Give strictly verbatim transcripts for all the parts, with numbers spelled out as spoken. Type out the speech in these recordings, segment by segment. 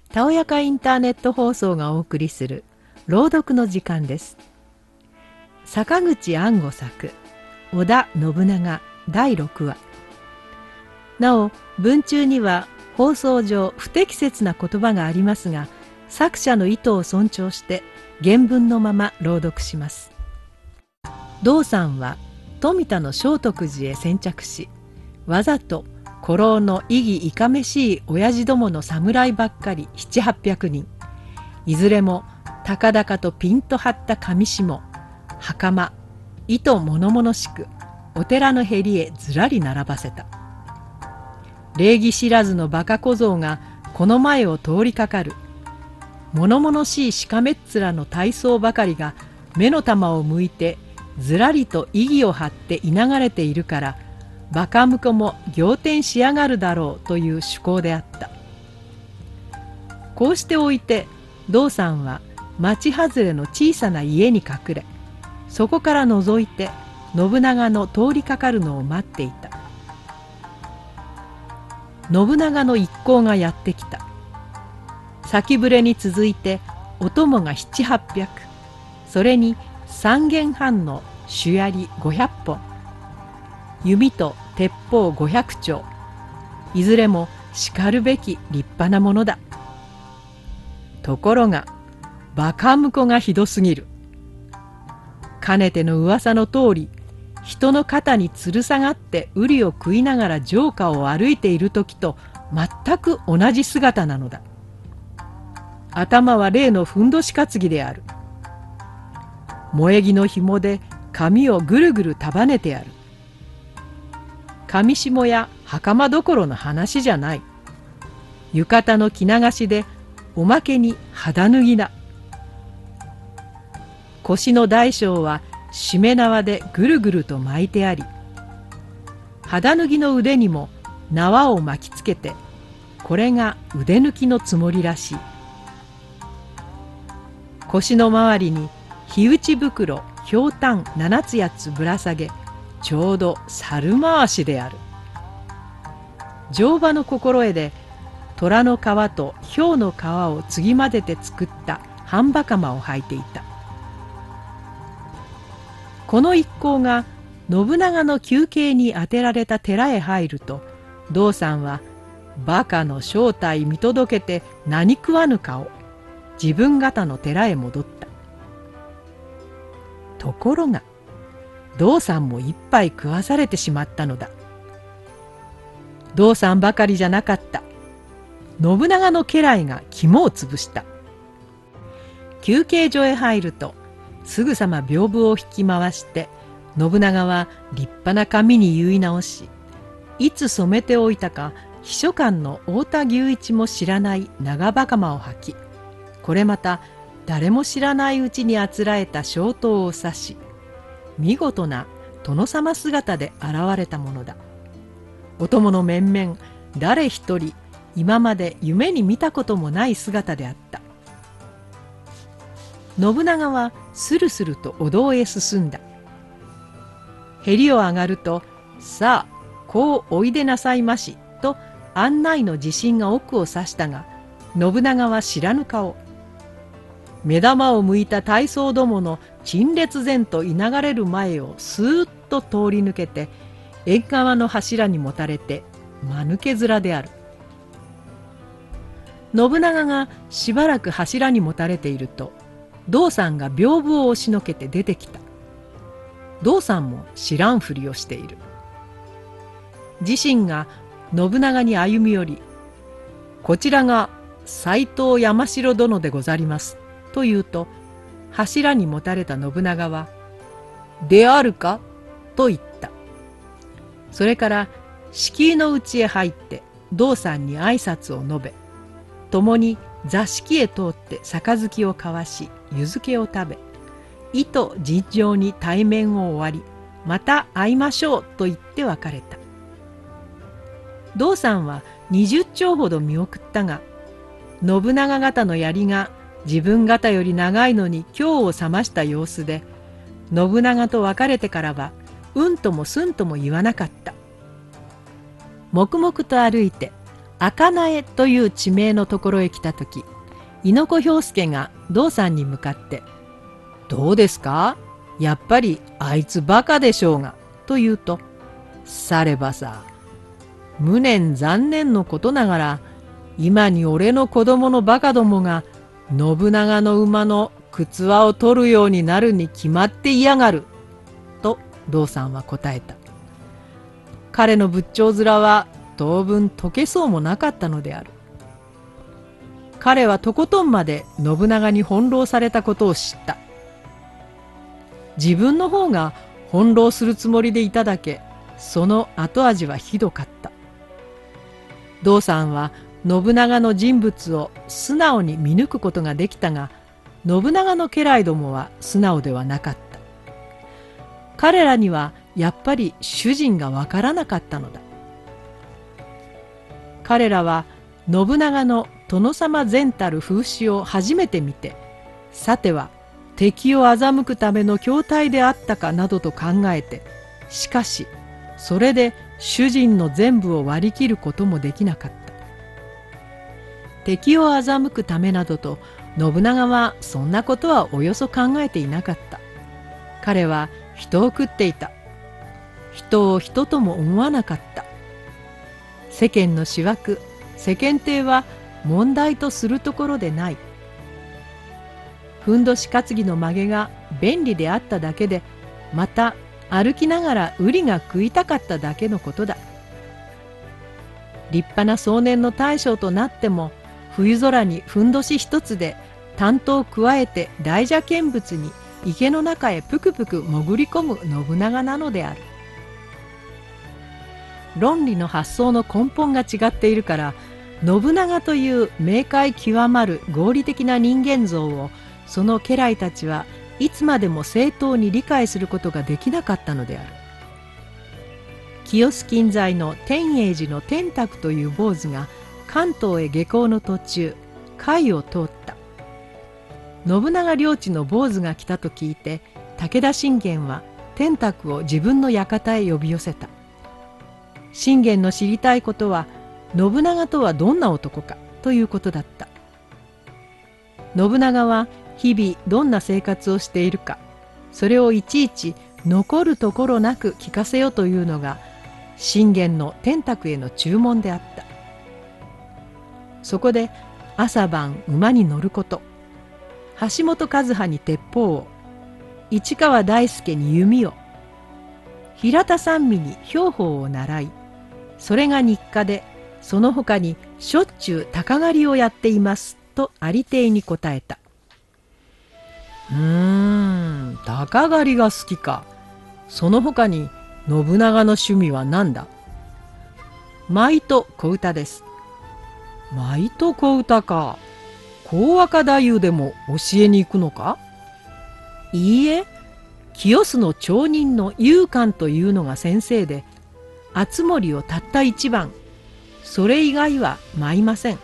たおやかインターネット放送がお送りする朗読の時間です。坂口安吾作織田信長だいろくわ。なお文中には放送上不適切な言葉がありますが、作者の意図を尊重して原文のまま朗読します。道さんは富田の聖徳寺へ先着し、わざと古老の意義いかめしい親父どもの侍ばっかり七八百人、いずれも高々とピンと張った裃も袴糸物々しくお寺のへりへずらり並ばせた。礼儀知らずのバカ小僧がこの前を通りかかる。物々しいしかめっ面の大僧ばかりが目の玉を向いてずらりと意義を張っていながれているから、バカ婿も仰天しやがるだろうという趣向であった。こうしておいて道さんは町外れの小さな家に隠れ、そこから覗いて信長の通りかかるのを待っていた。信長の一行がやってきた。先触れに続いてお供が七八百、それに三軒半の主槍五百本、弓と鉄砲五百丁、いずれもしかるべき立派なものだ。ところがバカ婿がひどすぎる。かねての噂の通り、人の肩につる下がって瓜を食いながら城下を歩いている時と全く同じ姿なのだ。頭は例のふんどし担ぎである。萌え木の紐で髪をぐるぐる束ねてある。上下や袴どころの話じゃない。浴衣の着流しでおまけに肌脱ぎだ。腰の大小はしめ縄でぐるぐると巻いてあり、肌脱ぎの腕にも縄を巻きつけて、これが腕抜きのつもりらしい。腰の周りに火打ち袋ひょうたん七つ八つぶら下げ、ちょうど猿回しである。乗馬の心得で虎の皮と豹の皮を継ぎ混ぜて作った半袴を履いていた。この一行が信長の休憩に当てられた寺へ入ると、道さんはバカの正体見届けて何食わぬ顔、自分方の寺へ戻った。ところが道さんも一杯食わされてしまったのだ。道さんばかりじゃなかった。信長の家来が肝を潰した。休憩所へ入るとすぐさま屏風を引き回して、信長は立派な髪に結い直し、いつ染めておいたか秘書官の太田牛一も知らない長袴を履き、これまた誰も知らないうちにあつらえた小刀を刺し、見事な殿様姿で現れたものだ。お供の面々誰一人今まで夢に見たこともない姿であった。信長はスルスルとお堂へ進んだ。へりを上がると、さあこうおいでなさいましと案内の自信が奥を指したが、信長は知らぬ顔。目玉を向いた大僧どもの陳列前といながれる前をスーッと通り抜けて、縁側の柱にもたれて間抜け面である。信長がしばらく柱にもたれていると、道さんが屏風を押しのけて出てきた。道さんも知らんふりをしている。自身が信長に歩み寄り、こちらが斎藤山城殿でござりますと言うと、柱にもたれた信長は「であるか?」と言った。それから敷居の内へ入って道さんに挨拶を述べ、共に座敷へ通って杯を交わし湯漬けを食べ、意と尋常に対面を終わり、また会いましょうと言って別れた。道さんは二十丁ほど見送ったが、信長方の槍が自分方より長いのに今日を覚ました様子で、信長と別れてからはうんともすんとも言わなかった。黙々と歩いて赤苗という地名のところへ来たとき、猪子兵助が道さんに向かって、どうですか？やっぱりあいつバカでしょうが、と言うと、さればさ、無念残念のことながら、今に俺の子供のバカどもが信長の馬の靴輪を取るようになるに決まっていやがる、と道さんは答えた。彼の仏頂面は当分解けそうもなかったのである。彼はとことんまで信長に翻弄されたことを知った。自分の方が翻弄するつもりでいただけ、その後味はひどかった。道さんは信長の人物を素直に見抜くことができたが、信長の家来どもは素直ではなかった。彼らにはやっぱり主人がわからなかったのだ。彼らは信長の殿様前たる風刺を初めて見て、さては敵を欺くための筐体であったかなどと考えて、しかしそれで主人の全部を割り切ることもできなかった。敵を欺くためなどと信長はそんなことはおよそ考えていなかった。彼は人を食っていた。人を人とも思わなかった。世間の私枠、世間体は問題とするところでない。ふんどし担ぎの曲げが便利であっただけで、また歩きながらウリが食いたかっただけのことだ。立派な壮年の大将となっても、冬空にふんどし一つで担当を加えて大蛇見物に池の中へぷくぷく潜り込む信長なのである。論理の発想の根本が違っているから、信長という明快極まる合理的な人間像をその家来たちはいつまでも正当に理解することができなかったのである。清須近在の天永寺の天卓という坊主が関東へ下校の途中、甲斐を通った。信長領地の坊主が来たと聞いて、武田信玄は天卓を自分の館へ呼び寄せた。信玄の知りたいことは、信長とはどんな男かということだった。信長は日々どんな生活をしているか、それをいちいち残るところなく聞かせよというのが信玄の天卓への注文であった。そこで朝晩馬に乗ること、橋本和葉に鉄砲を、市川大輔に弓を、平田三味に兵法を習い、それが日課で、その他にしょっちゅう鷹狩りをやっていますとありていに答えた。うーん、鷹狩りが好きか。その他に信長の趣味は何だ？舞と小唄です。舞と小唄か。講和歌太夫でも教えに行くのか？いいえ、清須の町人の勇官というのが先生で、敦盛をたった一番、それ以外は舞いません。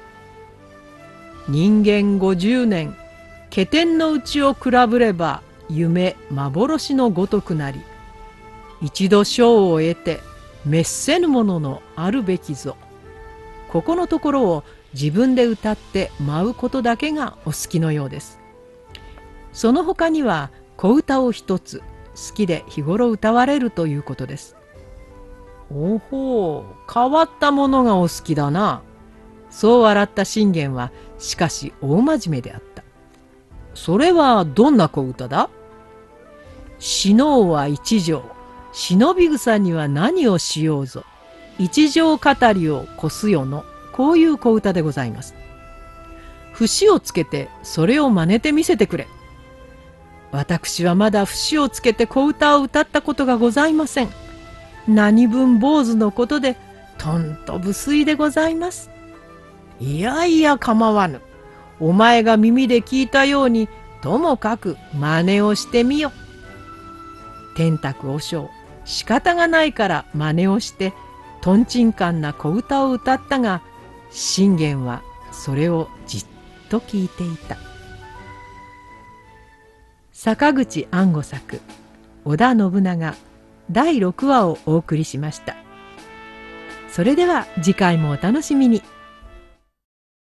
人間五十年、気天のうちを比べれば夢幻のごとくなり、一度賞を得て滅せぬもののあるべきぞ。ここのところを自分で歌って舞うことだけがお好きのようです。その他には小唄を一つ好きで日頃歌われるということです。おほう、変わったものがお好きだな。そう笑った信玄はしかし大真面目であった。それはどんな小唄だ？死のうは一条、忍び草には何をしようぞ。一条語りを越すよの、こういう小唄でございます。節をつけてそれを真似てみせてくれ。私はまだ節をつけて小唄を歌ったことがございません。何分坊主のことでとんと無粋でございます。いやいや構わぬ。お前が耳で聞いたようにともかく真似をしてみよ。天卓和尚、仕方がないから真似をしてとんちんかんな小唄を歌ったが、信玄はそれをじっと聞いていた。坂口安吾作織田信長だいろくわをお送りしました。 それでは次回もお楽しみに。